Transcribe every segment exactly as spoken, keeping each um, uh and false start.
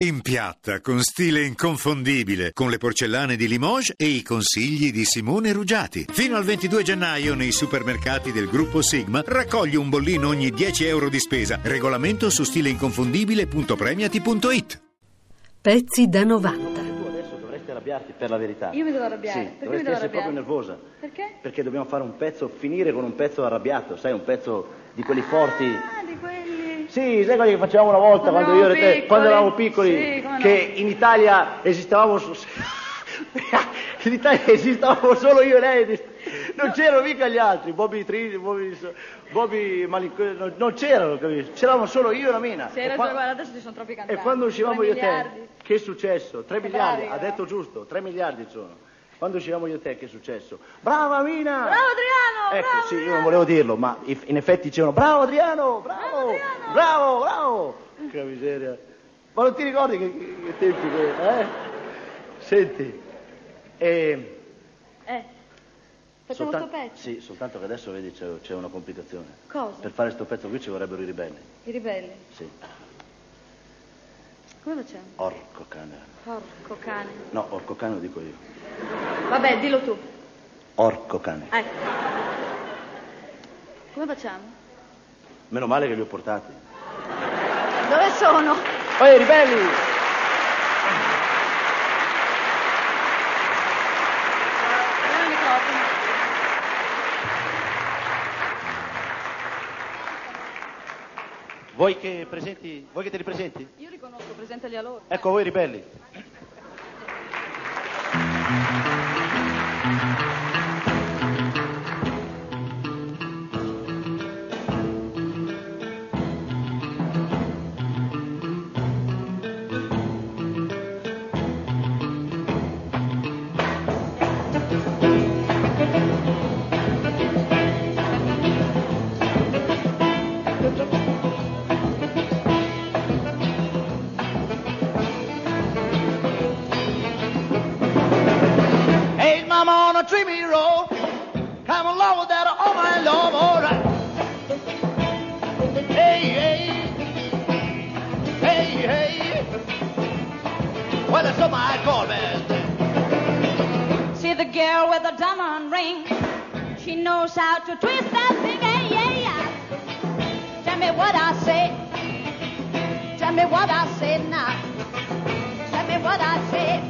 In piatta, con stile inconfondibile, con le porcellane di Limoges e i consigli di Simone Ruggiati. Fino al ventidue gennaio nei supermercati del gruppo Sigma raccogli un bollino ogni dieci euro di spesa. Regolamento su stileinconfondibile punto premiati punto it. Pezzi da novanta. Tu adesso dovresti arrabbiarti, per la verità. Io mi devo arrabbiare? Sì, Perché dovresti mi devo essere arrabbiare? proprio nervosa. Perché? Perché dobbiamo fare un pezzo, finire con un pezzo arrabbiato, sai, un pezzo di quelli forti. Ah, di quelli... Sì, sai quelli che facevamo una volta Quando quando io e te, piccoli. quando eravamo piccoli, Sì, come no. che in Italia esistevamo su... in Italia esistevamo solo io e lei, non c'erano mica gli altri, Bobby Trini, Bobby, Bobby Malinco, non, non c'erano, capito? C'eravamo solo io e la Mina. Sì, hai E ragione, qua- guarda, adesso ci sono troppi cantanti. E quando uscivamo Tre io e te, miliardi. che è successo? tre Che miliardi, bravi, ha eh. detto giusto, tre miliardi sono. Quando uscivamo io e te, che è successo? Brava Mina! Bravo Adriano! Ecco, bravo, sì, io Adriano. non volevo dirlo, ma in effetti dicevano bravo Adriano, bravo, Bravo, Adriano. bravo, bravo. Che miseria. Ma non ti ricordi che, che, che tempi che, eh? Senti, e... Eh, facciamo soltan- sto pezzo? Sì, soltanto che adesso vedi c'è, c'è una complicazione. Cosa? Per fare sto pezzo qui ci vorrebbero i ribelli. I ribelli. Sì. Come facciamo? Orco cane. Porco cane. No, orco cane lo dico io. Vabbè, dillo tu. Orco cane. Ecco. Come facciamo? Meno male che li ho portati. Dove sono? Poi ribelli! Dove il microfono? Vuoi che presenti, vuoi che te li presenti? Io li conosco, presentali a loro. Ecco voi ribelli. Hey, mama on a dreamy road, come along with that all my love, all right. Hey, hey, hey, hey. Well, it's on my Corvette. See the girl with the diamond ring. She knows how to twist that thing. Hey, yeah, yeah. Tell me what I say. Tell me what I say now. Tell me what I say.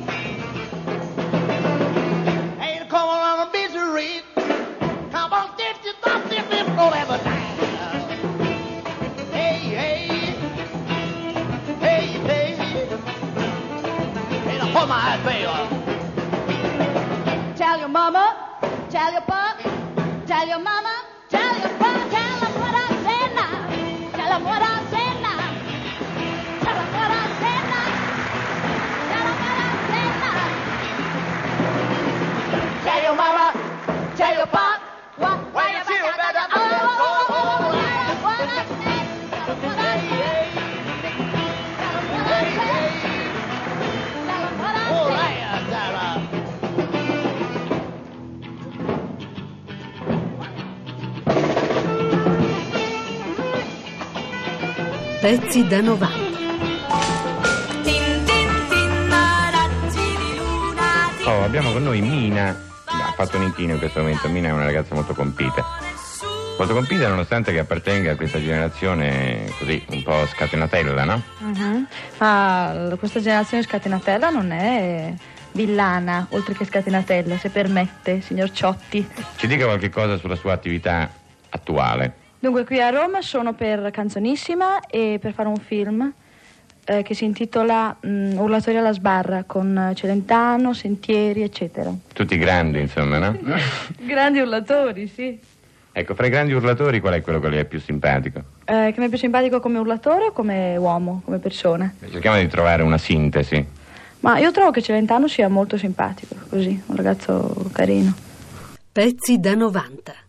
Hey, come on, a misery. Come on, dip, dip, dip, dip, dip, don't ever die. Hey, hey, hey, hey. Hey, now, hold my baby. Tell your mama. Tell your pop. Tell your mama. Tell your pop. Tell them what I say now. Tell them what I say now. Tell them what I say now. Tell them what I say now. Tell your mama. Tell your pop. What? What you feel better? Oh, oh, oh, oh, oh, what I say. Tell them what I say. Tell them what I say. Tell them what I say. Pezzi da novanta. Oh, abbiamo con noi Mina. Ha fatto un inchino in questo momento. Mina è una ragazza molto compita. Molto compita nonostante che appartenga a questa generazione così un po' scatenatella, no? Mhm. Ma questa generazione scatenatella non è villana, oltre che scatenatella, se permette, signor Ciotti. Ci dica qualche cosa sulla sua attività attuale. Dunque, qui a Roma sono per Canzonissima e per fare un film eh, che si intitola mh, Urlatori alla sbarra, con Celentano, Sentieri, eccetera. Tutti grandi, insomma, no? Grandi urlatori, sì. Ecco, fra i grandi urlatori qual è quello che le è più simpatico? Eh, che mi è più simpatico come urlatore o come uomo, come persona? Cerchiamo di trovare una sintesi. Ma io trovo che Celentano sia molto simpatico, così, un ragazzo carino. Pezzi da novanta.